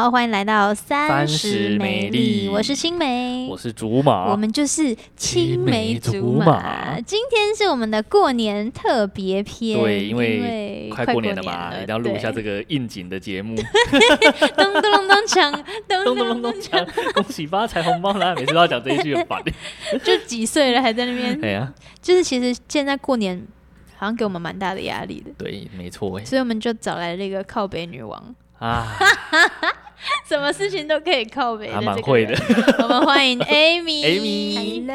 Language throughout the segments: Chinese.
好，欢迎来到 30美丽我是青梅， 我是竹马， 我们就是青梅竹马。今天是我们的过年特别篇， 对，因为快过年了嘛，一定要录一下这个应景的节目。 咚咚咚咚锵， 咚咚咚咚锵，恭喜发财红包拿，每次都要讲这一句很烦。 就几岁了还在那边？ 哎呀， 就是其实现在过年好像给我们蛮大的压力的。 对，没错。 所以我们就找来了这个靠北女王啊。 什么事情都可以靠北的， 还蛮会的。 我们欢迎 Amy，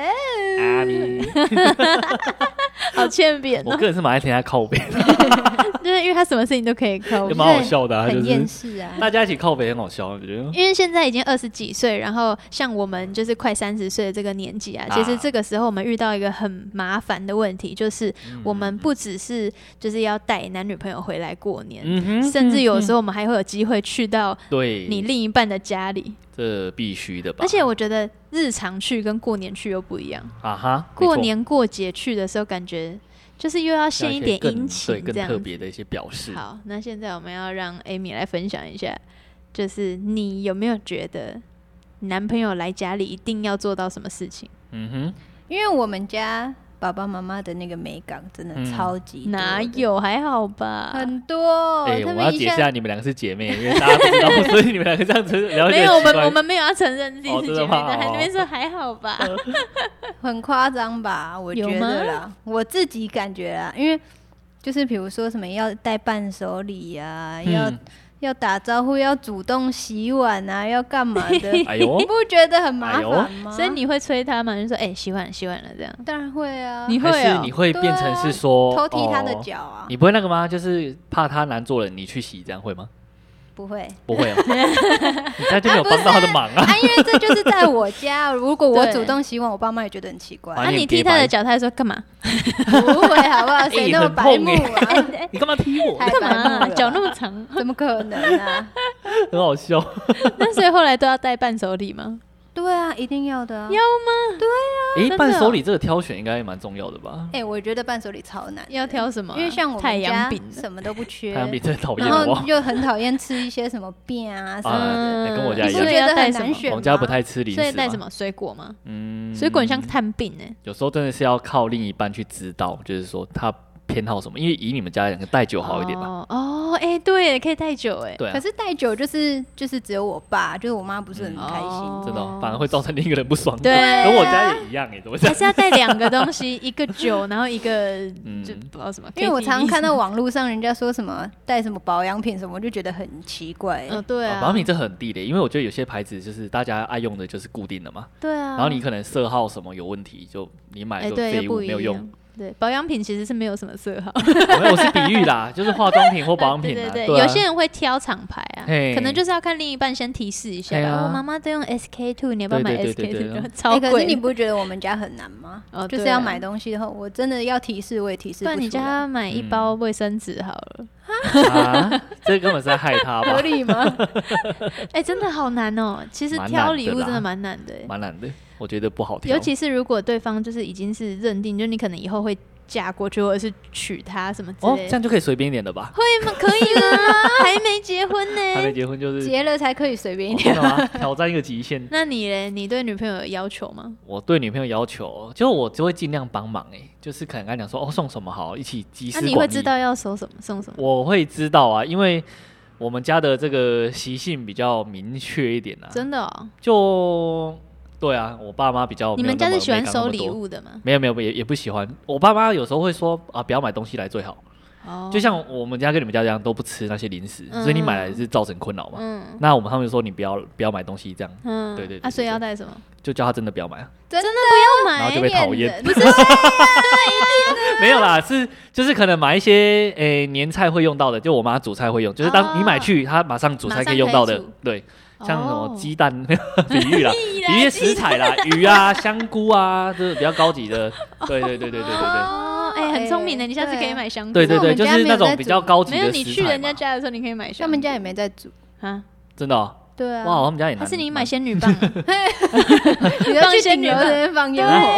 Hello， 好欠扁哦。 我个人是蛮爱听他靠北的， 就是因为他什么事情都可以靠北， 就蛮好笑的， 很厌世啊。 大家一起靠北很好笑，我觉得。 因为现在已经20几岁，然后像我们就是快30岁的这个年纪啊，其实这个时候我们遇到一个很麻烦的问题，就是我们不只是就是要带男女朋友回来过年，甚至有时候我们还会有机会去到你另一半的家里， 这必须的吧。 而且我觉得日常去跟过年去又不一样啊哈。 过年过节去的时候，感觉就是又要献一点殷勤， 对，更特别的一些表示。 好，那现在我们要让 Amy 来分享一下，就是你有没有觉得男朋友来家里一定要做到什么事情？ 因为我们家爸爸妈妈的那个美感真的超级多的， 哪有，还好吧， 很多。 我要解释下你们两个是姐妹，因为大家不知道，所以你们两个这样子了解。 没有，我们没有要承认自己是姐妹，但还那边说还好吧， 很夸张吧？我觉得啦，我自己感觉啦，因为就是比如说什么要带伴手礼啊，要打招呼，要主动洗碗啊，要干嘛的？ 哎呦， 你不觉得很麻烦吗？ 所以你会催他吗？就说洗碗了这样。 当然会啊， 你会还是你会变成是说偷踢他的脚啊？ 你不会那个吗？就是怕他难做了，你去洗，这样会吗？ 不会， 不会哦。你这样就没有帮到他的忙啊！ 因为这就是在我家，如果我主动洗碗，我爸妈也觉得很奇怪。 你踢他的脚，他说干嘛？ 不会，好不好？谁那么白目啊？ 你干嘛踢我？ 干嘛？脚那么长， 怎么可能啊？ 很好笑。 那所以后来都要带伴手礼吗？ 对啊，一定要的啊。 要吗？ 对啊。 伴手礼这个挑选应该也蛮重要的吧？ 我觉得伴手礼超难。 要挑什么？ 因为像我们家什么都不缺， 太阳饼真的讨厌， 然后又很讨厌吃一些什么饼啊什么的， 跟我家一样。 你不觉得很难选吗？ 我们家不太吃零食， 所以带什么水果吗？水果很像探病有时候真的是要靠另一半去知道，就是说他偏好什么，因为以你们家来讲，带酒好一点吧？ 对，可以带酒对啊。 可是带酒就是只有我爸，就是我妈不是很开心， 真的反而会造成另一个人不爽。 对， 跟我家也一样怎么讲？ 还是要带2个东西，一个酒，然后一个就不知道什么。 因为我常常看到网络上人家说什么带什么保养品什么，我就觉得很奇怪。 对啊， 保养品这很地雷，因为我觉得有些牌子就是大家爱用的就是固定的嘛。 对啊。 然后你可能色号什么有问题，就你买就废物没有用。 对，保养品其实是没有什么色号。 我是比喻啦，就是化妆品或保养品啊。 对，有些人会挑厂牌啊，可能就是要看另一半先提示一下。我妈妈都用 SK2， 你要不要买 SK2？ 超贵。 可是你不觉得我们家很难吗？就是要买东西的话，我真的要提示，我也提示不出来。 不然你叫他买一包卫生纸好了。 这根本是在害他吧？ 合理吗？ 真的好难哦。其实挑礼物真的蛮难的， 蛮难的。我觉得不好挑， 尤其是如果对方就是已经是认定，就你可能以后会嫁过去，或者是娶她什么之类的， 这样就可以随便一点的吧？ 会吗？可以吗？还没结婚呢， 还没结婚就是结了才可以随便一点吗？挑战一个极限。 那你呢？你对女朋友有要求吗？ 我对女朋友要求，就我就会尽量帮忙就是可能跟她讲说送什么好，一起集思广益。 你会知道要送什么？ 我会知道啊，因为我们家的这个习性比较明确一点啊。 真的哦？ 就。对啊，我爸妈比较。 你们家是喜欢收礼物的吗？ 没有，也不喜欢。我爸妈有时候会说不要买东西来最好。就像我们家跟你们家这样都不吃那些零食，所以你买来是造成困扰嘛。那他们说你不要买东西这样。对。 所以要带什么？ 就叫他真的不要买啊。 真的不要买， 然后就被讨厌。 不是， 没有啦，就是可能买一些年菜会用到的，就我妈煮菜会用，就是当你买去，她马上煮菜可以用到的，对。像什么鸡蛋比喻啦，比喻食材啦，鱼啊、香菇啊，就是比较高级的。对。 很聪明的，你下次可以买香菇。 对，就是那种比较高级的食材。 没有，你去人家家的时候，你可以买香菇。 他们家也没在煮啊， 真的哦。 对啊， 哇，他们家也难。 还是你买仙女棒？ 你要去仙女棒那边放烟火。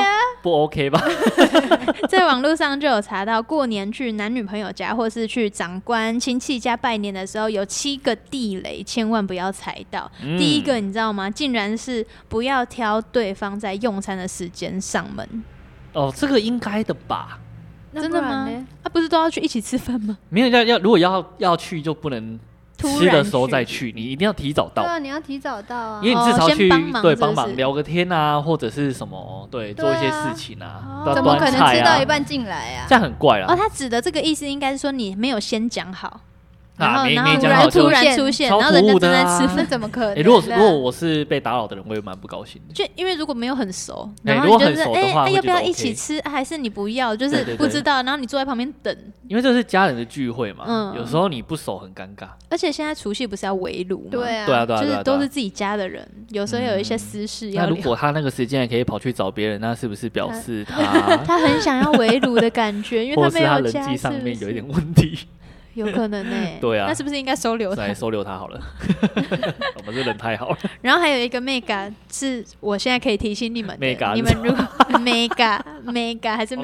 不 OK 吧？ 在网络上就有查到，过年去男女朋友家或是去长官亲戚家拜年的时候，有7个地雷，千万不要踩到。第一个你知道吗？竟然是不要挑对方在用餐的时间上门。 哦，这个应该的吧？ 真的吗？不是都要去一起吃饭吗？ 没有如果要去就不能吃的时候再去，你一定要提早到。 对啊，你要提早到啊， 因为你至少去对帮忙聊个天啊，或者是什么对做一些事情啊， 怎么可能吃到一半进来啊？ 这样很怪啦。 他指的这个意思应该是说你没有先讲好。然后突然出现，然后人家正在吃饭， 怎么可能？ 如果我是被打扰的人，我也蛮不高兴的。 就因为如果没有很熟，然后如果很熟的话， 要不要一起吃？还是你不要？就是不知道，然后你坐在旁边等。 因为这是家人的聚会嘛，有时候你不熟很尴尬。 而且现在除夕不是要围炉吗？ 对啊， 就是都是自己家的人，有时候有一些私事要聊。 那如果他那个时间也可以跑去找别人，那是不是表示他很想要围炉的感觉？因为他没有家， 人际上面有一点问题。 有可能对啊， 那是不是应该收留他？ 来收留他好了。我们这人太好了。 然后还有一个 mega 是我现在可以提醒你们的，你们如果 mega 还是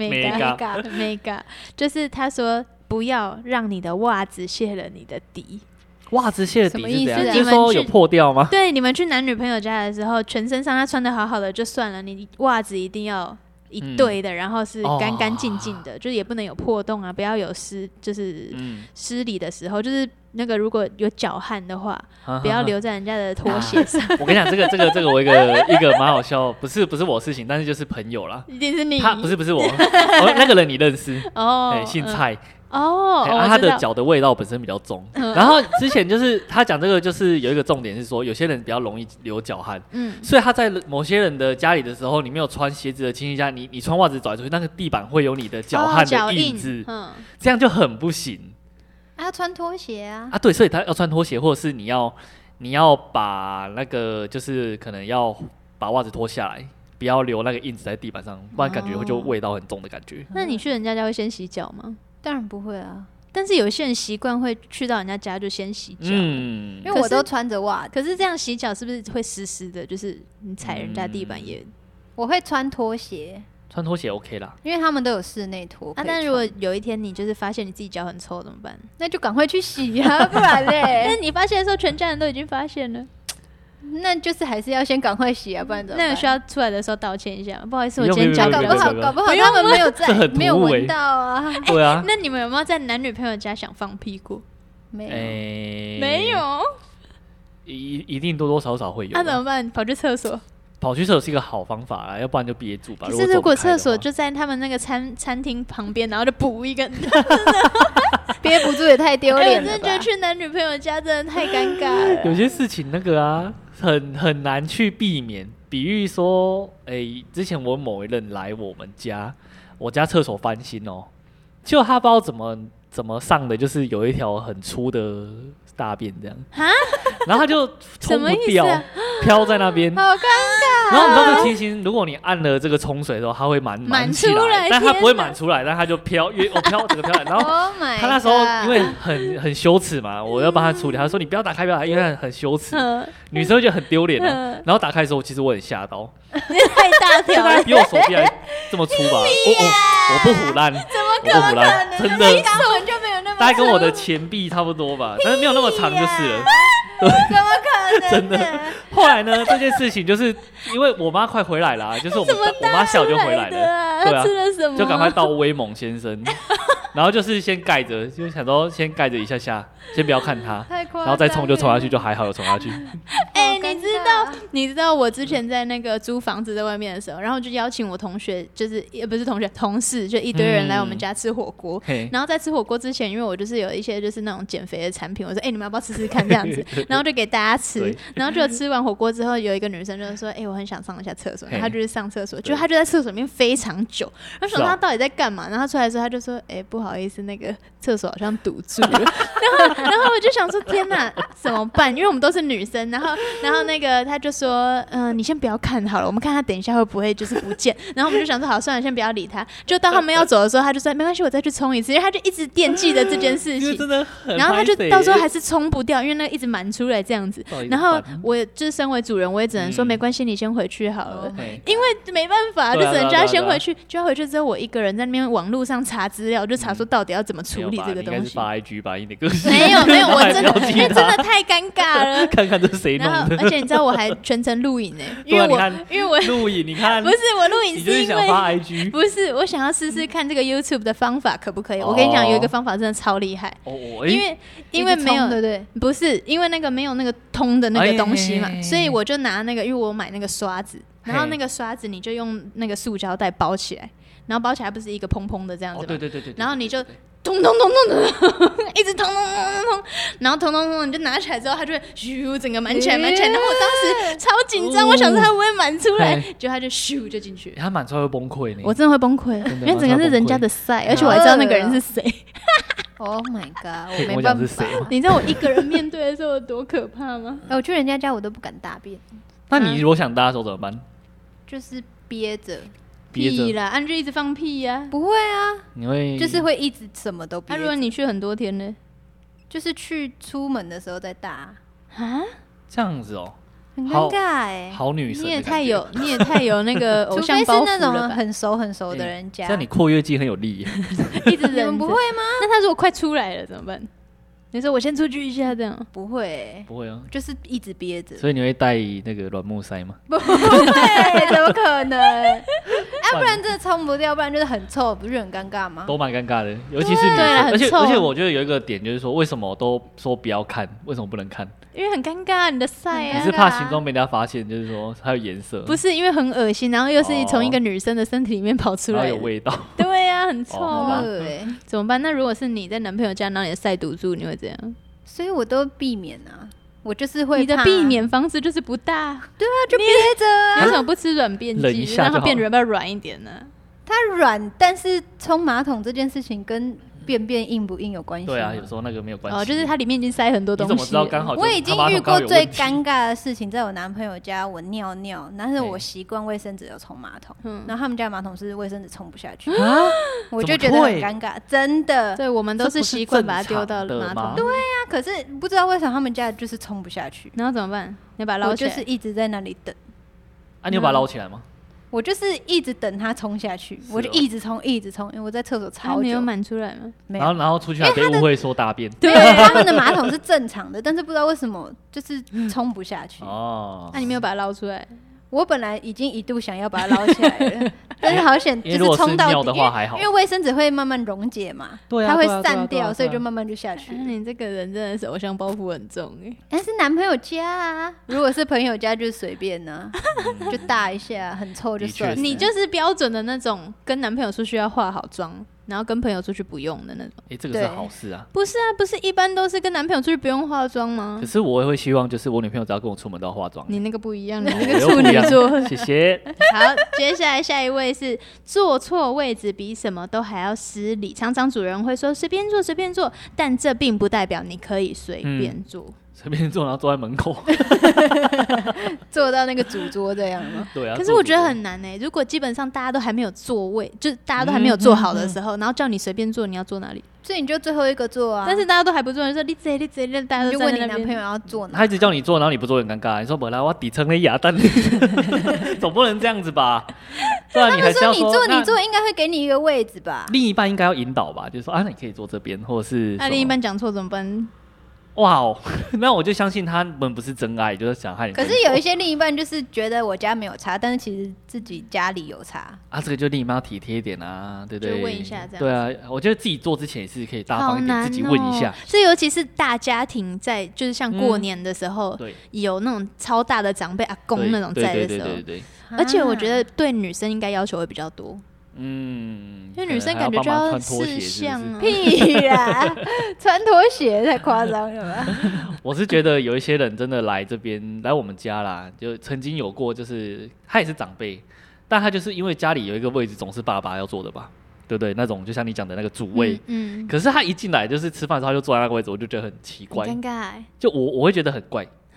mega， 就是他说不要让你的袜子泄了你的底。 袜子泄了底是怎样？ 就是说有破掉吗？ 对，你们去男女朋友家的时候，全身上他穿的好好的就算了，你袜子一定要一对的，然后是干干净净的，就是也不能有破洞啊，不要有就是失礼的时候，就是那个如果有脚汗的话，不要留在人家的拖鞋上。 我跟你讲，这个我一个蛮好笑，不是我的事情，但是就是朋友啦， 一定是你， 他不是我，那个人你认识哦，姓蔡。他的脚的味道本身比较重，然后之前就是他讲这个，就是有一个重点是说，有些人比较容易流脚汗，所以他在某些人的家里的时候，你没有穿鞋子的情形下，你穿袜子走来走去，那个地板会有你的脚汗的印子，这样就很不行。 要穿拖鞋啊！ 对，所以他要穿拖鞋，或者是你要把那个就是可能要把袜子脱下来，不要留那个印子在地板上，不然感觉就味道很重的感觉。 那你去人家家会先洗脚吗？ 当然不会啊， 但是有一些人习惯会去到人家家就先洗脚， 因为我都穿着袜子。 可是这样洗脚是不是会湿湿的？就是你踩人家地板也， 我会穿拖鞋。 穿拖鞋 OK 啦， 因为他们都有室内拖。 但如果有一天你就是发现你自己脚很臭怎么办？ 那就赶快去洗啊，不然嘞。 但你发现的时候，全家人都已经发现了。 那就是还是要先赶快洗啊，不然怎么办？ 那有需要出来的时候道歉一下吗？不好意思，我今天脚搞不好他们没有闻到啊。 对啊。 那你们有没有在男女朋友家想放屁过？没有。 一定多多少少会有。 那怎么办？跑去厕所。 跑去厕所是一个好方法啦，要不然就憋住吧。 可是如果厕所就在他们那个餐厅旁边，然后就补一个， 憋不住也太丢脸了吧。 我真的觉得去男女朋友家真的太尴尬了。 有些事情那个啊，很难去避免。比喻说，之前我某一任来我们家，我家厕所翻新哦，就他不知道怎么上的，就是有一条很粗的大便这样，然后他就冲不掉，飘在那边， 好尴尬。 然后你知道这个情形，如果你按了这个冲水的时候，它会满起来，但它不会满出来，但它就飘，整个飘来。然后他那时候因为很羞耻嘛，我要帮他处理，他说你不要打开，因为很羞耻，女生就觉得很丢脸了。然后打开的时候，其实我很吓到， 太大条了， 比我手臂还这么粗吧？我不唬烂， 怎么可能？ 真的， 根本就没有那么， 大概跟我的前臂差不多吧，但是没有那么长就是了。 怎么可能？ 真的。后来呢，这件事情就是因为我妈快回来了，就是我妈下午就回来了，对啊， 吃了什么？ 就赶快到威猛先生，然后就是先盖着，就想说先盖着一下，先不要看他，然后再冲就冲下去，就还好有冲下去。 你知道我之前在那个租房子在外面的时候，然后就邀请我同学，就是也不是同学，同事，就一堆人来我们家吃火锅。然后在吃火锅之前，因为我就是有一些就是那种减肥的产品，我说你们要不要吃吃看这样子，然后就给大家吃。然后就吃完火锅之后，有一个女生就说我很想上一下厕所，然后她就去上厕所，就她就在厕所里面非常久，然后想她到底在干嘛，然后出来的时候她就说不好意思，那个厕所好像堵住了。然后我就想说天哪，怎么办？因为我们都是女生，然后那个她就说，你先不要看好了，我们看他等一下会不会就是不见。然后我们就想说，好，算了，先不要理他。就到他们要走的时候，他就说没关系，我再去冲一次，因为他就一直惦记着这件事情。 真的很， 然后他就到时候还是冲不掉，因为那个一直满出来这样子。然后我就是身为主人，我也只能说没关系，你先回去好了，因为没办法，就只能叫他先回去。就要回去之后，我一个人在那边网络上查资料，就查说到底要怎么处理这个东西。应该是发 IG 吧，你的个性没有，我真的因为真的太尴尬了。 看看这是谁弄的。 而且你知道我还全程录影呢，因为我录影，你看不是我录影， 你就是想发 IG， 不是我想要试试看这个 YouTube 的方法可不可以。我跟你讲，有一个方法真的超厉害，因为没有，对不对？不是因为那个没有那个通的那个东西嘛，所以我就拿那个，因为我买那个刷子，然后那个刷子你就用那个塑胶袋包起来，然后包起来不是一个蓬蓬的这样子吗？ 对， 然后你就通通通通的，一直通通通通通，然后通通通，你就拿起来之后，它就会咻整个满起来。然后我当时超紧张，我想说它会不会满出来，结果它就咻就进去。 它满出来会崩溃呢， 我真的会崩溃，因为整个是人家的赛，而且我还知道那个人是谁。 Oh my god！ 我没办法。 你知道我一个人面对的时候有多可怕吗？ 我去人家家我都不敢大便。 那你如果想大的时候怎么办？ 就是憋着。 屁啦，安就一直放屁呀？ 不会啊， 你会就是会一直什么都憋着。 如果你去很多天呢？ 就是去出门的时候再大啊？ 这样子哦， 很尴尬哎。 好女生， 你也太有那个偶像包袱了吧？除非是那种很熟的人家。 这样你括约肌很有力， 一直忍着。 你们不会吗？ 那他如果快出来了怎么办？你说我先出去一下，这样不会， 不会啊， 就是一直憋着。 所以你会带那个软木塞吗？ 不会，怎么可能？不然真的冲不掉，不然就是很臭，不是很尴尬吗？ 都蛮尴尬的，尤其是女生，而且我觉得有一个点就是说，为什么都说不要看，为什么不能看？ 因为很尴尬，你的晒啊， 你是怕形状被人家发现，就是说还有颜色？ 不是，因为很恶心，然后又是从一个女生的身体里面跑出来， 有味道。 对啊，很臭啊，怎么办？那如果是你在男朋友家，然后你的晒堵住，你会怎样？ 所以我都避免啊，我就是会。 你的避免方式就是不大， 对啊，就憋着啊。 你为什么不吃软便剂，让它变得比较软一点呢？ 它软，但是冲马桶这件事情跟便便硬不硬有关系？ 对啊，有时候那个没有关系。 就是它里面已经塞很多东西。 你怎么知道刚好？ 我已经遇过最尴尬的事情，在我男朋友家，我尿尿，但是我习惯卫生纸有冲马桶，然后他们家马桶是卫生纸冲不下去，我就觉得很尴尬，真的。 对，我们都是习惯把它丢到马桶。 对啊，可是不知道为什么他们家就是冲不下去， 然后怎么办？你把它捞起来？ 我就是一直在那里等。 啊，你有把它捞起来吗？ 我就是一直等它冲下去，我就一直冲，因为我在厕所超久。 没有满出来吗？ 没有。 然后出去还被误会说大便。 对，他们的马桶是正常的，但是不知道为什么就是冲不下去。 哦， 那你没有把它捞出来？ 我本来已经一度想要把它捞起来了，但是好险就是冲到底，因为卫生纸会慢慢溶解嘛，它会散掉，所以就慢慢就下去。 你这个人真的是偶像包袱很重哎。 但是男朋友家啊，如果是朋友家就随便呢，就大一下，很臭就算了。 你就是标准的那种跟男朋友出去要化好妆，然后跟朋友出去不用的那种。 这个是好事啊。 不是啊，不是一般都是跟男朋友出去不用化妆吗？ 可是我也会希望，就是我女朋友只要跟我出门都要化妆。 你那个不一样，你那个处女座。 谢谢。 好，接下来下一位是坐错位置比什么都还要失礼。常常主人会说随便坐随便坐，但这并不代表你可以随便坐。 随便坐，然后坐在门口， 坐到那个主桌这样吗？ 对啊。 可是我觉得很难如果基本上大家都还没有座位，就是大家都还没有坐好的时候，然后叫你随便坐，你要坐哪里？ 所以你就最后一个坐啊。 但是大家都还不坐，你说你这，大家都在那边。 就问你男朋友要坐哪？ 他一直叫你坐，然后你不坐很尴尬。你说本来我底层的哑蛋，总不能这样子吧？对啊，你还是要说你坐，应该会给你一个位置吧？ 另一半应该要引导吧？就是说你可以坐这边，或者是另一半讲错怎么办？ 哇哦，那我就相信他们不是真爱，就是想害你。 可是有一些另一半就是觉得我家没有差，但是其实自己家里有差啊。这个就另一半要体贴一点啊，对不对？ 就问一下这样。 对啊，我觉得自己做之前也是可以大方一点，自己问一下。 所以尤其是大家庭在，就是像过年的时候，有那种超大的长辈阿公那种在的时候， 对。 而且我觉得对女生应该要求会比较多。因为女生感觉就要事项啊， 屁啦，穿拖鞋太夸张了吧？ 我是觉得有一些人真的来我们家啦，就曾经有过，就是他也是长辈，但他就是因为家里有一个位置总是爸爸要坐的吧，对不对？那种就像你讲的那个主位，可是他一进来就是吃饭的时候他就坐在那个位置，我就觉得很奇怪， 很尴尬。 就我会觉得很怪。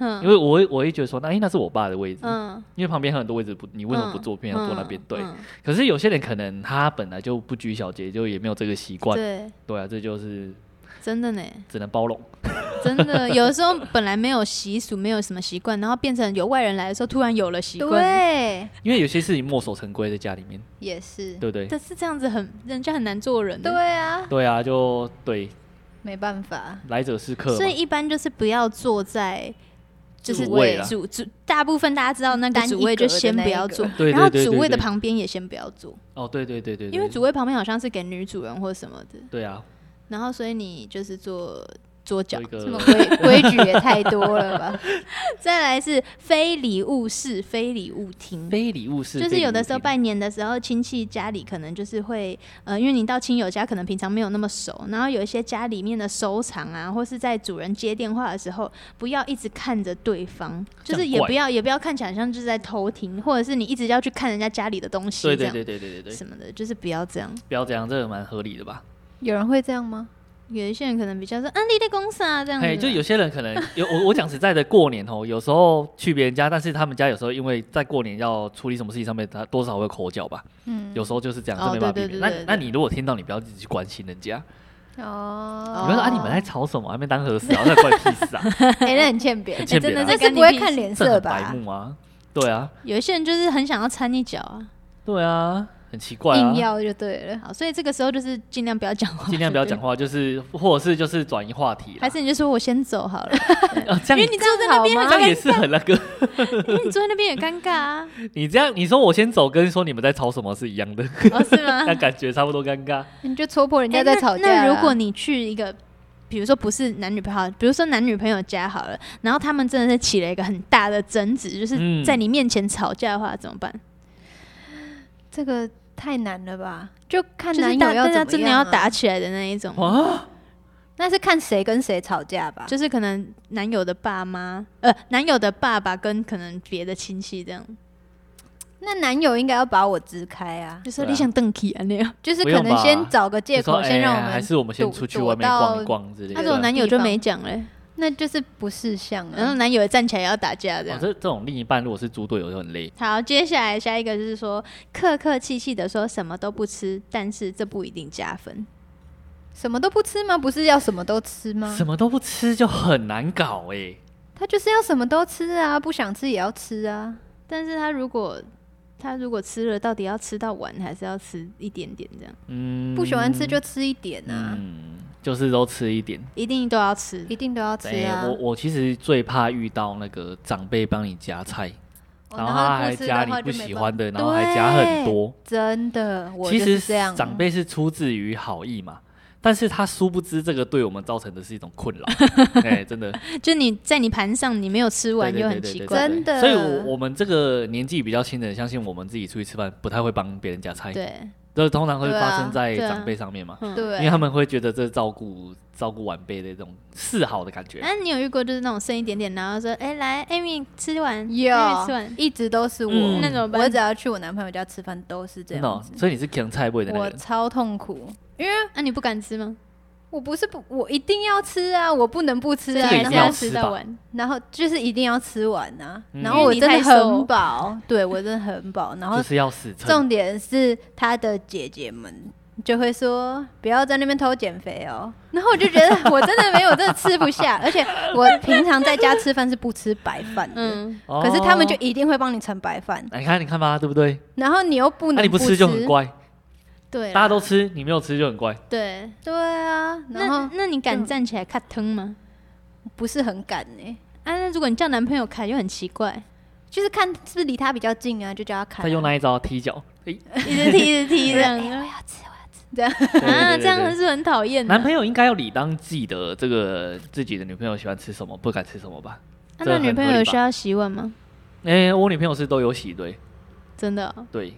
因为我会觉得说，那是我爸的位置，因为旁边很多位置你为什么不坐偏要坐那边？对，可是有些人可能他本来就不拘小节，就也没有这个习惯，对啊，这就是真的呢， 只能包容。 真的，有的时候本来没有习俗，没有什么习惯，然后变成有外人来的时候，突然有了习惯。 对， 因为有些事情墨守成规，在家里面也是， 对不对？ 但是这样子人家很难做人。 对啊， 对啊，就对， 没办法， 来者是客嘛。 所以一般就是不要坐在。就是主位主大部分大家知道那个主位就先不要坐， 然后主位的旁边也先不要坐。 哦，对， 因为主位旁边好像是给女主人或什么的。 对啊。 然后所以你就是坐桌角， 这么规矩也太多了吧？ 再来是非礼勿视、非礼勿听。 非礼勿视就是有的时候拜年的时候，亲戚家里可能就是会因为你到亲友家可能平常没有那么熟，然后有一些家里面的收藏啊，或是在主人接电话的时候，不要一直看着对方，就是也不要看起来像就是在偷听，或者是你一直要去看人家家里的东西，对什么的，就是不要这样， 不要这样，这个蛮合理的吧？ 有人会这样吗？ 有一些人可能比较说你在公司啊这样子， 就有些人可能我讲实在的，过年有时候去别人家，但是他们家有时候因为在过年要处理什么事情上面，他多少会口角吧，有时候就是这样，这没办法避免。那你如果听到，你不要自己去关心人家。你们说你们在吵什么？还没当和事啊？那关你屁事啊！ 那很欠扁， 真的是不会看脸色吧？ 白目啊，对啊。 有一些人就是很想要掺一脚啊， 对啊。很奇怪硬要就对了。 好，所以这个时候就是尽量不要讲话， 尽量不要讲话，就是或者是就是转移话题， 还是你就说我先走好了， 这样因为你坐在那边这样也是很那个， 因为你坐在那边也尴尬啊。 你这样你说我先走，跟说你们在吵什么是一样的， 是吗？ 那感觉差不多尴尬， 你就戳破人家在吵架。 那如果你去一个，比如说不是男女朋友，比如说男女朋友家好了，然后他们真的是起了一个很大的争执，就是在你面前吵架的话，怎么办？ 这个太难了吧？就看男友要怎么样， 真的要打起来的那一种啊？ 那是看谁跟谁吵架吧？ 就是可能男友的爸妈，男友的爸爸跟可能别的亲戚这样。 那男友应该要把我支开啊， 就说你想瞪起啊那样， 就是可能先找个借口，先让我们还是我们先出去外面逛一逛之类的。 那种男友就没讲嘞。 那就是不识相了， 然后男友站起来也要打架这样。 这种另一半如果是猪队友就很累。 好，接下来下一个就是说客客气气的说什么都不吃，但是这不一定加分。 什么都不吃吗？不是要什么都吃吗？ 什么都不吃就很难搞他就是要什么都吃啊，不想吃也要吃啊。 但是他如果吃了，到底要吃到完还是要吃一点点这样？ 不喜欢吃就吃一点啊。 就是都吃一点， 一定都要吃， 一定都要吃啊！ 我其实最怕遇到那个长辈帮你夹菜，然后他还加你不喜欢的，然后还加很多。 真的， 其实长辈是出自于好意嘛，但是他殊不知这个对我们造成的是一种困扰。真的， 就你在你盘上你没有吃完就很奇怪， 真的。 所以我们这个年纪比较轻的人，相信我们自己出去吃饭不太会帮别人夹菜。 对。 这通常会发生在长辈上面嘛？ 对， 因为他们会觉得这照顾晚辈的这种示好的感觉。 你有遇过就是那种剩一点点，然后说来 Amy 吃完， 有 Amy 吃完， 一直都是我。 那种我只要去我男朋友家吃饭都是这样子。 所以你是啃菜味的那个人。 我超痛苦，因为你不敢吃吗？ 我不是我一定要吃啊，我不能不吃啊， 一定要吃到完， 然后就是一定要吃完啊。然后我真的很饱，对我真的很饱。然后就是要死撑。 重点是他的姐姐们就会说不要在那边偷减肥哦。然后我就觉得我真的没有，真的吃不下。而且我平常在家吃饭是不吃白饭的，可是他们就一定会帮你盛白饭。 你看吧，对不对？ 然后你又不能你不吃就很怪。 对， 大家都吃，你没有吃就很怪。 对啊，然后那你敢站起来看汤吗？ 不是很敢那如果你叫男朋友开就很奇怪， 就是看是不是离他比较近啊，就叫他开。 他用那一招踢脚， 一直踢这样。 我要吃，这样这样是很讨厌。 男朋友应该要理当记得这个自己的女朋友喜欢吃什么，不敢吃什么吧？ 那女朋友需要洗碗吗？ 我女朋友是都有洗，对， 真的对。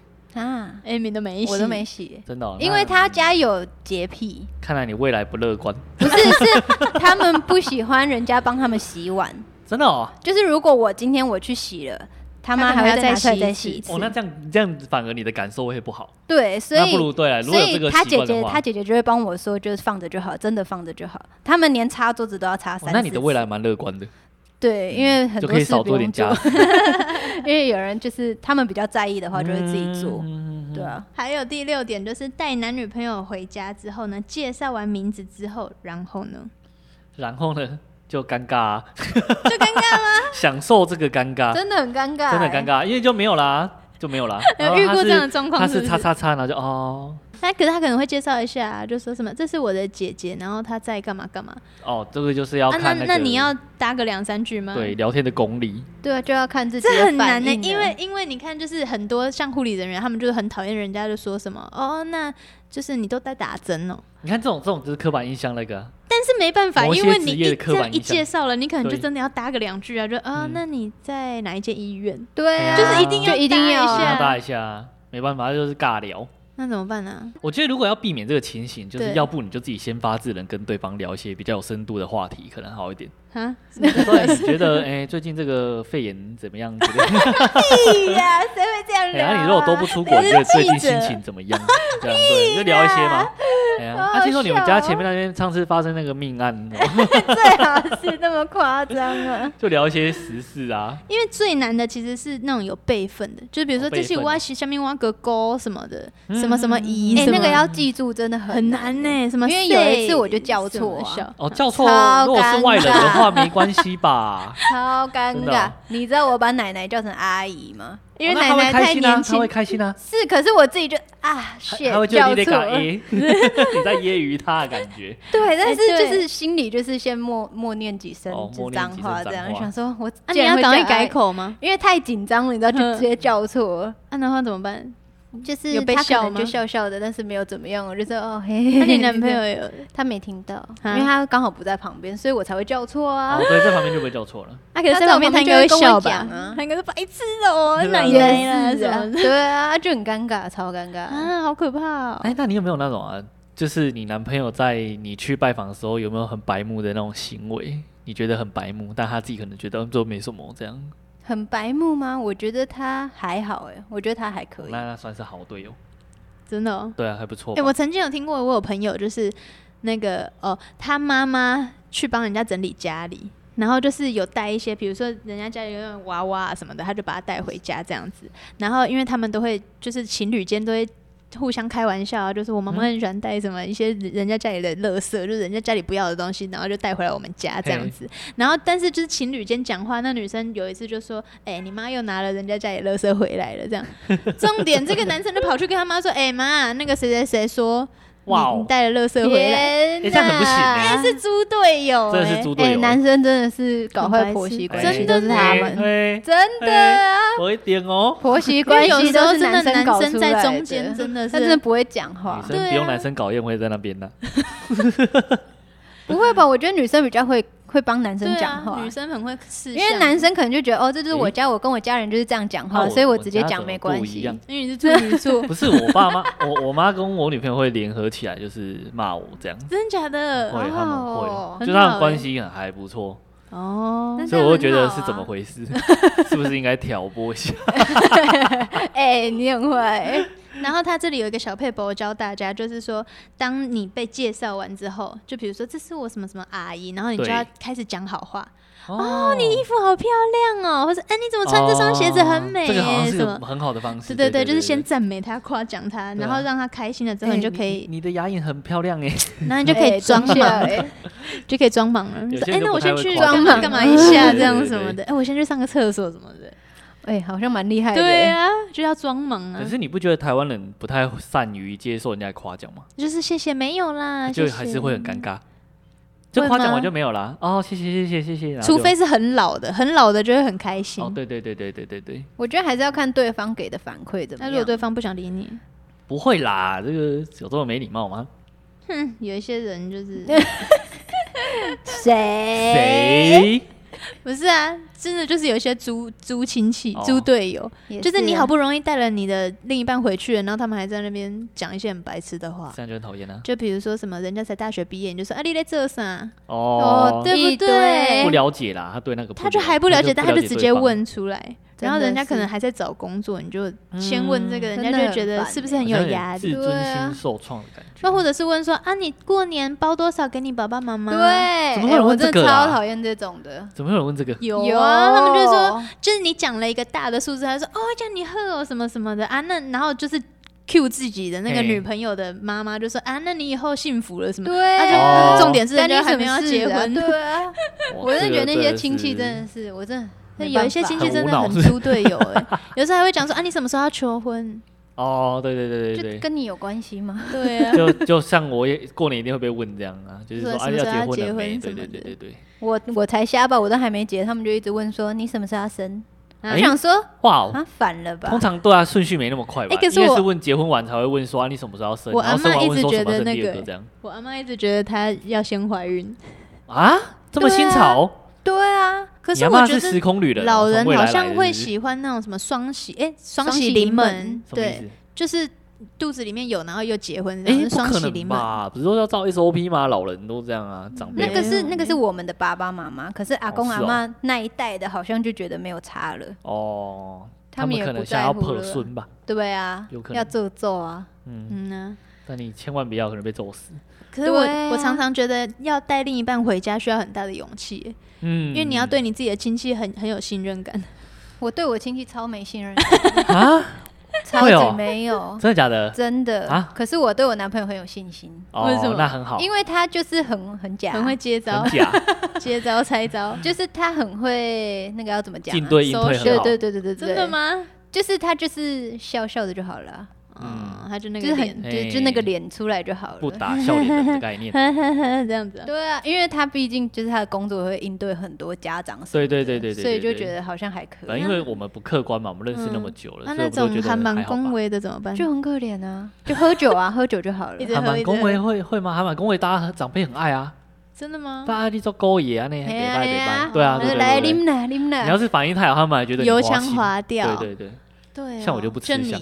Amy 都没洗， 我都没洗， 真的， 因为他家有洁癖。 看来你未来不乐观。 不是，是他们不喜欢人家帮他们洗碗。 真的哦， 就是如果我今天我去洗了，他妈还会再洗一次。 那这样反而你的感受会不好。 对，所以那不如对了，如果有这个习惯的话， 他姐姐就会帮我说，就是放着就好，真的放着就好。他们连擦桌子都要擦3-4次。 那你的未来蛮乐观的。 对，因为很多就可以事不用少做点家做， 事。 因为有人就是他们比较在意的话，就会自己做。对啊， 还有第6点就是带男女朋友回家之后呢，介绍完名字之后，然后呢就尴尬啊， 就尴尬吗？ 享受这个尴尬， 真的很尴尬， 真的尴尬，因为就没有啦。 有遇过这样的状况他是不是是叉叉叉，然后就可是他可能会介绍一下，就说什么这是我的姐姐，然后她在干嘛干嘛。 这个就是要看那你要搭个2-3句吗？ 对，聊天的功力。 对啊，就要看自己这的很难反应因为你看，就是很多像护理人员，他们就是很讨厌人家就说什么那就是你都在打针哦。 你看这种就是刻板印象那个。 但是没办法，因为你这样一介绍了，你可能就对真的要搭个2句啊，就那你在哪一间医院？ 对啊， 就是一定要搭一下，没办法，就是尬聊。 那怎么办呢？ 我觉得如果要避免这个情形，就是对要不你就自己先发制人，跟对方聊一些比较有深度的话题，可能好一点。 啊？ 对，你觉得最近这个肺炎怎么样？ 屁呀，谁会这样聊啊？ 你如果都不出国，你觉得最近心情怎么样？这样对，就聊一些嘛。听说你们家前面那边上次发生那个命案， 最好是那么夸张啊！ 就聊一些时事啊。 因为最难的其实是那种有辈分的，就是比如说这些我下面挖个沟什么的，什么什么姨， 那个要记住真的很难呢。什么？ 因为有一次我就叫错叫错，如果是外人的话没关系吧？ 超尴尬。你知道我把奶奶叫成阿姨吗？因为奶奶太年轻， 他会开心啊。 是，可是我自己就他会觉得你在搞你在揶揄他的感觉。 对，但是就是心里就是先默念几声脏话，这样想说我你要赶快改口吗？ 因为太紧张了，你知道，就直接叫错。 那话怎么办？ 就是有被笑吗？ 就笑笑的，但是没有怎么样。我就说嘿。 那你男朋友有？ 他没听到，因为他刚好不在旁边，所以我才会叫错啊。 对，在旁边就不会叫错了。 可是在旁边他应该会笑吧？他应该是白痴哦，奶奶啦什么的。 对啊，就很尴尬，超尴尬啊，好可怕哦。 那你有没有那种就是你男朋友在你去拜访的时候，有没有很白目的那种行为？你觉得很白目，但他自己可能觉得都没什么这样。 很白目吗？我觉得他还好我觉得他还可以。 那算是好队友， 真的哦。 对啊，还不错。 我曾经有听过，我有朋友就是那个他妈妈去帮人家整理家里，然后就是有带一些，比如说人家家里有那种娃娃什么的，他就把他带回家这样子。然后因为他们都会就是情侣间都会互相开玩笑就是我妈妈很喜欢带什么一些人家家里的垃圾，就是人家家里不要的东西，然后就带回来我们家这样子。然后但是就是情侣间讲话，那女生有一次就说你妈又拿了人家家里的垃圾回来了这样。重点这个男生就跑去跟他妈说妈，那个谁谁谁说你带了垃圾回来， 这样很不行是猪队友， 真的是猪队友。 男生真的是搞坏婆媳关系，都是他们，真的啊， 有一点哦， 婆媳关系都是男生搞出来的， 在中间真的是， 他真的不会讲话， 女生不用男生搞，也会在那边呢。 不会吧？我觉得女生比较会帮男生讲话， 女生很会试， 因为男生可能就觉得这就是我家，我跟我家人就是这样讲话，所以我直接讲没关系。 因为你是处女座， 不是我爸妈，我妈跟我女朋友会联合起来，就是骂我这样。 真的假的？ 会，他们会，就他们关系还不错哦， 所以我会觉得是怎么回事，是不是应该挑拨一下？ 你很坏。 然后他这里有一个小撇步教大家，就是说，当你被介绍完之后，就比如说这是我什么什么阿姨，然后你就要开始讲好话。你衣服好漂亮哦，或者你怎么穿这双鞋子很美？ 这个好像是个很好的方式。 对，就是先赞美他，夸奖他，然后让他开心了之后，你就可以。 你的牙龈很漂亮然后你就可以装忙，就可以装忙了。那我先去装忙干嘛一下这样什么的？我先去上个厕所什么的。 好像蛮厉害的。 对啊，就要装忙啊。 可是你不觉得台湾人不太善于接受人家夸奖吗？ 就是谢谢没有啦， 就还是会很尴尬。就夸奖完就没有啦。谢谢。 除非是很老的就会很开心。 对。 我觉得还是要看对方给的反馈怎么样。 那如果对方不想理你， 不会啦，这个有这么没礼貌吗？ 有一些人就是谁？ 不是啊， 真的就是有一些猪亲戚、猪队友，就是你好不容易带了你的另一半回去了，然后他们还在那边讲一些很白痴的话， 这样就很讨厌啊。 就比如说什么，人家才大学毕业，你就说啊，你在做啥？ 对不对？ 不了解啦，他对那个他就还不了解，但他就直接问出来。然后人家可能还在找工作，你就先问这个，人家就会觉得是不是很有压力， 自尊心受创的感觉。 那或者是问说啊，你过年包多少给你爸爸妈妈？ 对， 怎么会有人问这个我真的超讨厌这种的。 怎么会有人问这个？ 有啊，他们就说，就是你讲了一个大的数字，他说哦，叫你喝哦什么什么的啊，那然后就是。cue 自己的那个女朋友的妈妈就说啊，那你以后幸福了什么？ 对， 重点是人家还没有结婚。 对啊，我真的觉得那些亲戚真的是，我真的有一些亲戚真的很猪队友有时候还会讲说啊，你什么时候要求婚？ 哦，对， 就跟你有关系吗？ 对啊， 就像我也过年一定会被问这样啊，就是说啊要结婚了没？对， 我才瞎吧，我都还没结，他们就一直问说你什么时候要生？我想说， 哇， 反了吧？ 通常对啊，顺序没那么快吧？ 可是我是问结婚完才会问说啊，你什么时候要生？ 我阿妈一直觉得那个这样， 我阿妈一直觉得她要先怀孕啊，这么新潮？ 对啊， 可是我觉得时空旅人， 老人好像会喜欢那种什么双喜临门，对，就是肚子里面有，然后又结婚，双喜临门吧？不是说要照 SOP 吗？老人都这样啊，长辈那个是我们的爸爸妈妈，可是阿公阿嬷那一代的，好像就觉得没有差了。 哦， 他们可能想要抱孙吧？ 对啊， 有可能要揍啊。 但你千万不要，可能被揍死。 可是我常常觉得要带另一半回家需要很大的勇气，因为你要对你自己的亲戚很有信任感。 我对我亲戚超没信任感啊。超级没有， 真的假的？ 真的啊！可是我对我男朋友很有信心。 为什么？那很好， 因为他就是很假， 很会接招，接招拆招， 就是他很会那个要怎么讲？ 应对很好。 对， 真的吗？ 就是他就是笑笑的就好了。 他就那个脸， 就那个脸出来就好了， 不打笑脸的概念， 这样子。 对啊，因为他毕竟就是他的工作会应对很多家长， 对， 所以就觉得好像还可以。 因为我们不客观嘛，我们认识那么久了， 那种还蛮恭维的怎么办？ 就很可怜啊，就喝酒啊，喝酒就好了。 还蛮恭维会吗？还蛮恭维，大家长辈很爱啊。 真的吗？ 大家你做勾爷啊，那给拜，对啊， 来拎了。 你要是反应太好，他们还觉得油腔滑调。 对，像我就不吃香，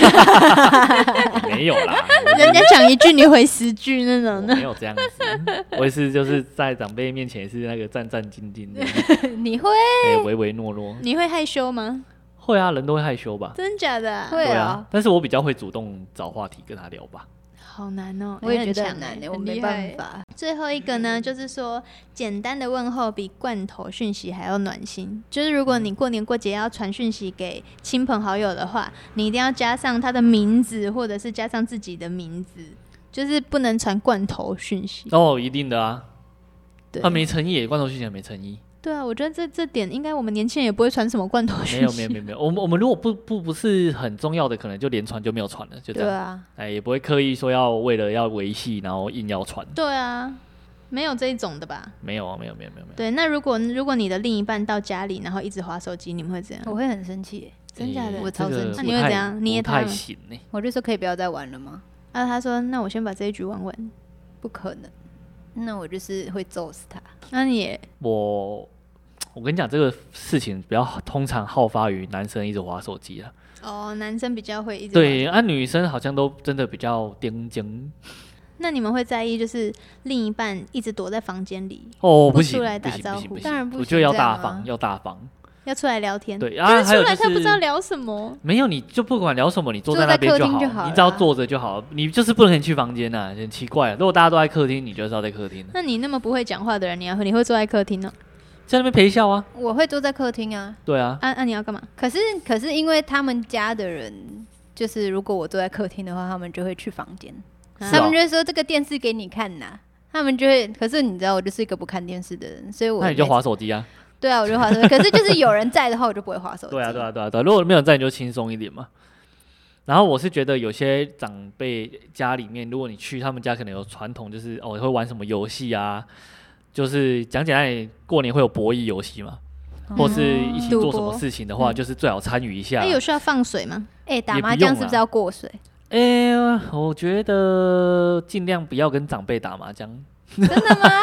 没有啦， 人家讲一句你回10句那种的， 没有这样子，我也是就是在长辈面前也是那个战战兢兢的。 你会唯唯诺诺？ 你会害羞吗？ 会啊，人都会害羞吧？ 真假的？ 会啊， 但是我比较会主动找话题跟他聊吧。 好难哦， 我也觉得很难的，我没办法。 最后一个呢，就是说简单的问候比罐头讯息还要暖心。就是如果你过年过节要传讯息给亲朋好友的话，你一定要加上他的名字，或者是加上自己的名字，就是不能传罐头讯息。 哦，一定的啊，他没诚意，罐头讯息没诚意。 对啊，我觉得这点应该我们年轻人也不会传什么罐头讯息。 没有，我们如果不是很重要的，可能就连传就没有传了，就这样。对啊，也不会刻意说要为了要维系，然后硬要传。 对啊，没有这一种的吧？ 没有。 对，那如果你的另一半到家里，然后一直滑手机，你们会怎样？ 我会很生气， 真假的？ 我超生气。 那你会怎样？你也太行呢？ 我就说可以不要再玩了吗？ 他说那我先把这一局玩完。 不可能，那我就是会揍死他。 那你也我跟你讲，这个事情比较通常好发于男生一直滑手机啊。 哦，男生比较会一直对，女生好像都真的比较盯紧。 那你们会在意就是另一半一直躲在房间里不出来打招呼？ 当然不行， 我觉得要大方，要出来聊天。 对啊，还有他不知道聊什么。 没有，你就不管聊什么，你坐在那边就好，你只要坐着就好。你就是不能去房间啊，很奇怪。如果大家都在客厅，你就是要在客厅。 那你那么不会讲话的人，你会坐在客厅呢？ 在那边陪笑啊！ 我会坐在客厅啊。 对啊。 你要干嘛？ 可是因为他们家的人，就是如果我坐在客厅的话，他们就会去房间，他们就会说这个电视给你看呐。他们就会，可是你知道我就是一个不看电视的人，所以那你就滑手机啊。 对啊，我就滑手机。可是就是有人在的话，我就不会滑手机。 对啊。如果没有人在，你就轻松一点嘛。然后我是觉得有些长辈家里面，如果你去他们家，可能有传统，就是会玩什么游戏啊。就是讲简单，过年会有博弈游戏嘛，或是一起做什么事情的话，就是最好参与一下。 有需要放水吗？ 打麻将是不是要过水？ 我觉得尽量不要跟长辈打麻将。 真的吗？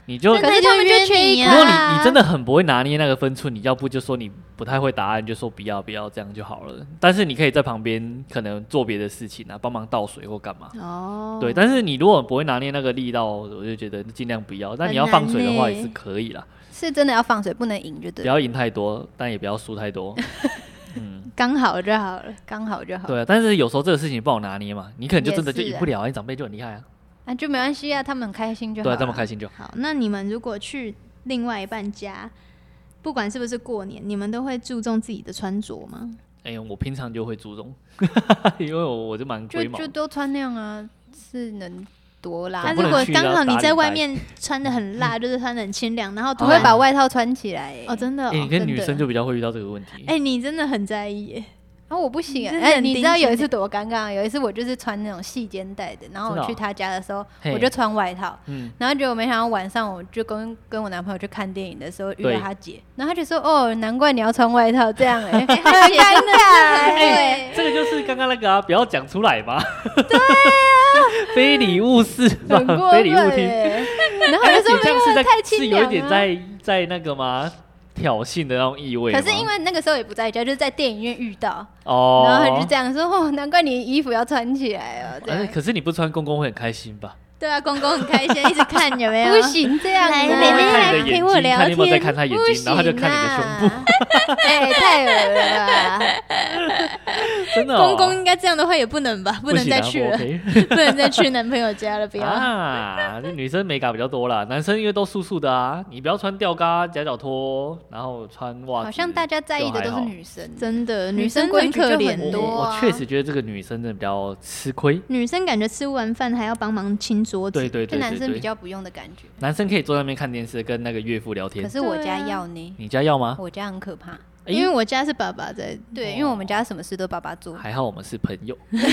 你就可是他们就缺你啊。 如果你真的很不会拿捏那个分寸，你要不就说你不太会答案，就说不要这样就好了。但是你可以在旁边可能做别的事情啊，帮忙倒水或干嘛。 哦， 对，但是你如果不会拿捏那个力道，我就觉得尽量不要。但你要放水的话也是可以啦， 是真的要放水，不能赢就对了。 不要赢太多，但也不要输太多。 刚好就好了， 刚好就好。 对啊，但是有时候这个事情不好拿捏嘛，你可能就真的就赢不了，你长辈就很厉害啊。 啊，就没关系啊，他们很开心就好。 对，他们开心就好。 好，那你们如果去另外一半家，不管是不是过年，你们都会注重自己的穿着吗？ 我平常就会注重，因为我就蛮龟毛， 就都穿那样啊，是能多辣。 但如果刚好你在外面穿的很辣，就是穿的很清凉，然后我会把外套穿起来。 哦，真的。 你跟女生就比较会遇到这个问题。 你真的很在意耶。 然后我不行你知道有一次多尴尬？有一次我就是穿那种细肩带的，然后我去他家的时候，我就穿外套，然后结果没想到晚上我就跟我男朋友去看电影的时候遇到他姐，然后他就说：“哦，难怪你要穿外套这样很尴尬。”这个就是刚刚那个不要讲出来嘛。对啊，非礼勿视嘛，非礼勿听。 然后我就说：“ 这样是太清凉了。” 是有一点在那个吗？挑衅的那种意味。 可是因为那个时候也不在家，就是在电影院遇到，然后他就这样说：“哦，难怪你衣服要穿起来哦。” 可是你不穿，公公会很开心吧？ 对啊，公公很开心，一直看有没有？ 不行，这样来，妹妹来陪我聊天。 看你有没有在看他眼睛，然后他就看你的胸部。 太恶了吧！ 真的， 公公应该这样的话也不能吧？不能再去了，不能再去男朋友家了，不要啊！女生美感比较多啦，男生因为都素素的啊，你不要穿吊嘎、夹脚拖，然后穿袜子。 好像大家在意的都是女生， 真的，女生很可怜多。 我确实觉得这个女生真的比较吃亏。 女生感觉吃完饭还要帮忙清桌子， 对， 男生比较不用的感觉。 男生可以坐在那边看电视，跟那个岳父聊天。 可是我家要呢？ 你家要吗？ 我家很可怕。 因为我家是爸爸在， 对，因为我们家什么事都爸爸做。 还好我们是朋友。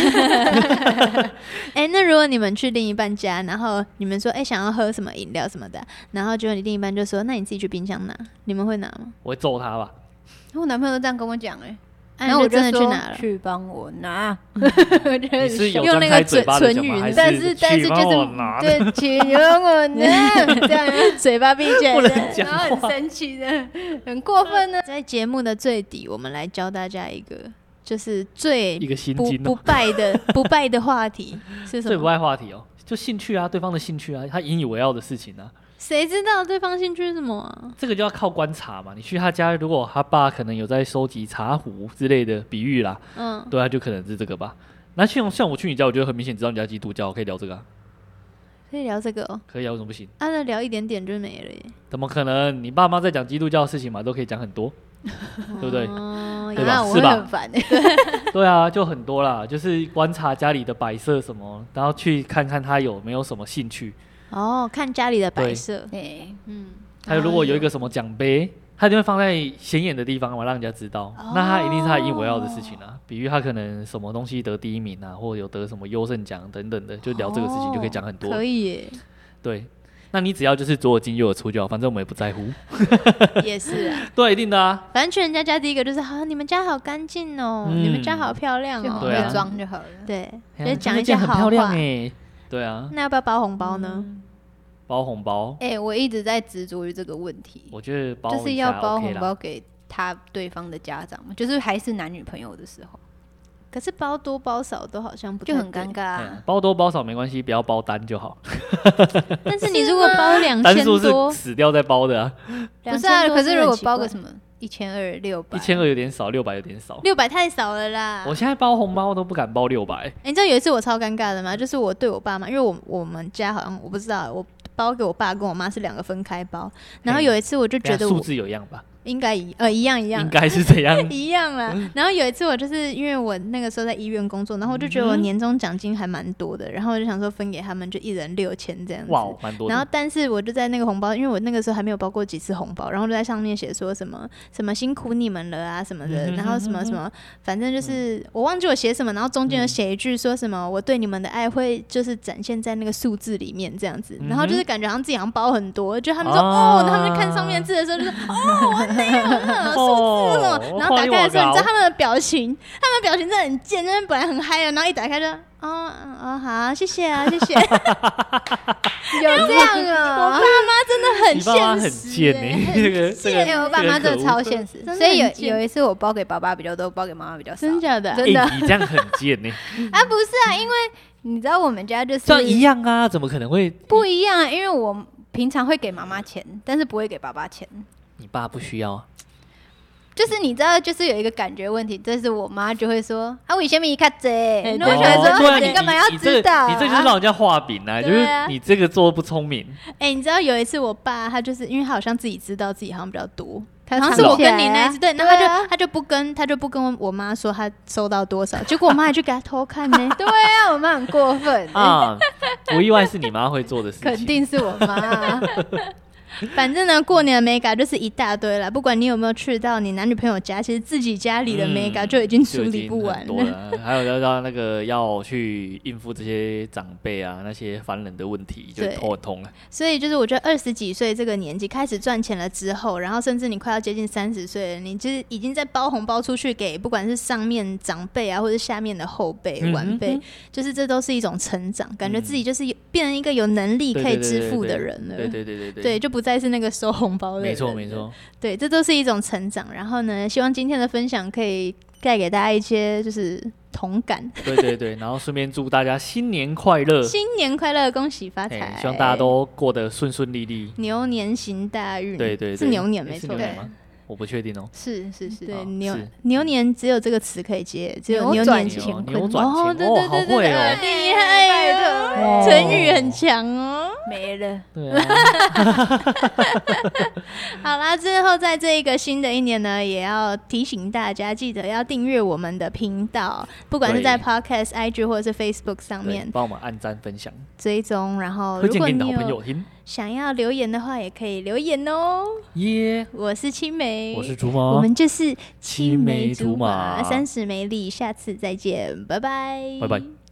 那如果你们去另一半家，然后你们说想要喝什么饮料什么的，然后结果你另一半就说那你自己去冰箱拿，你们会拿吗？ 我会揍他吧。 我男朋友都这样跟我讲然后我真的去拿了， 去帮我拿。 你是有张开嘴巴的讲吗？ 但是就是对，请帮我拿，这样嘴巴闭起来， 然后很生气的，很过分呢。 在节目的最底，我们来教大家一个，就是一个心经不败的话题是什么？ 最不败话题就兴趣啊，对方的兴趣啊，他引以为傲的事情啊。 谁知道对方兴趣是什么啊？ 这个就要靠观察嘛。你去他家，如果他爸可能有在收集茶壶之类的比喻啦，对啊，就可能是这个吧。那像我去你家，我觉得很明显知道你家基督教，可以聊这个啊。 可以聊这个可以啊，为什么不行？ 那聊一点点就没了耶。 怎么可能？你爸妈在讲基督教的事情嘛，都可以讲很多，对不对？对吧？ 我会很烦对啊，就很多啦，就是观察家里的摆设什么，然后去看看他有没有什么兴趣。 看家里的摆设， 还有如果有一个什么奖杯，他就会放在显眼的地方嘛，让人家知道。那他一定是他引以为傲的事情啊，比如他可能什么东西得第一名啊，或者有得什么优胜奖等等的，就聊这个事情就可以讲很多。 可以耶。 对，那你只要就是左耳进右耳出就好，反正我们也不在乎。 也是啊， 对，一定的啊。 反正去人家家第一个就是你们家好干净哦，你们家好漂亮哦， 对啊，装就好了。 对，就讲一些好话。 很漂亮哎。对啊。 那要不要包红包呢？ 包红包， 我一直在执着于这个问题。 我觉得包就是要包红包给他对方的家长嘛，就是还是男女朋友的时候。 可是包多包少都好像不就很尴尬啊。 包多包少没关系，不要包单就好。 但是你如果包2000多， 单数是死掉再包的啊。 不是啊，可是如果包个什么1200、600，1200 有点少，600有点少 ，600太少了啦。 我现在包红包都不敢包600。 你知道有一次我超尴尬的吗？就是我对我爸妈，因为我们家好像我不知道我。包给我爸跟我妈是2个分开包，然后有一次我就觉得数字有一样吧， 应该一样， 应该是这样一样啦。然后有一次我就是因为我那个时候在医院工作，然后我就觉得我年终奖金还蛮多的，然后我就想说分给他们就1人6000这样子， 哇，蛮多的。 然后但是我就在那个红包，因为我那个时候还没有包过几次红包，然后就在上面写说什么辛苦你们了啊什么的，然后什么什么，反正就是我忘记我写什么，然后中间有写一句说什么我对你们的爱会就是展现在那个数字里面这样子，然后就是感觉好像自己好像包很多，就他们说他们看上面的字的时候就是那样数字么？然后打开的时候，你知道他们的表情真的很贱，就是本来很嗨的，然后一打开就好，谢谢啊，谢谢。 有这样啊？ 我爸妈真的很现实， 你爸妈很贱欸， 我爸妈真的超现实，所以有一次我包给爸爸比较多，包给妈妈比较少。 真假的？ 真的。 你这样很贱呢。 啊，不是啊，因为你知道我们家就是这样一样啊，怎么可能会不一样啊？因为我平常会给妈妈钱，但是不会给爸爸钱。 你爸不需要啊？ 就是你知道，就是有一个感觉问题，这是我妈就会说啊，为什么你看这？然后我觉得说你干嘛要知道？ 你这就是让人家画饼啊，就是你这个做不聪明。 你知道有一次我爸他就是因为他好像自己知道自己好像比较多。好像是我跟你那一次对，然后他就不跟我妈说他收到多少，结果我妈还去给他偷看呢。 对啊，我妈很过分啊！不意外是你妈会做的事情， 肯定是我妈。 反正呢，过年的美感就是一大堆了。不管你有没有去到你男女朋友家，其实自己家里的美感就已经处理不完了。 还有要去应付这些长辈啊，那些烦人的问题，就头很痛了。 所以就是我觉得20几岁这个年纪开始赚钱了之后，然后甚至你快要接近30岁了，你就是已经在包红包出去给不管是上面长辈啊，或者下面的后辈晚辈，就是这都是一种成长，感觉自己就是变成一个有能力可以支付的人了。对，就不再是那个收红包的人。 没错， 对，这都是一种成长。然后呢，希望今天的分享可以带给大家一些就是同感。 对，然后顺便祝大家新年快乐， 新年快乐，恭喜发财， 希望大家都过得顺顺利利， 牛年行大运。 对， 是牛年没错。 我不确定哦。 是， 对，牛年只有这个词可以接，只有牛年乾坤。 牛转乾坤， 对， 好会哦， 厉害哦，成语很强哦。 没了。 对啊。 好啦，最后在这一个新的一年呢，也要提醒大家，记得要订阅我们的频道，不管是在 Podcast、IG 或者是 Facebook 上面， 帮我们按赞分享、 追踪，然后推荐给你的好朋友听。 想要留言的话，也可以留言哦。我是青梅， 我是竹马， 我们就是青梅竹马 ，30美丽，下次再见，拜拜， 拜拜。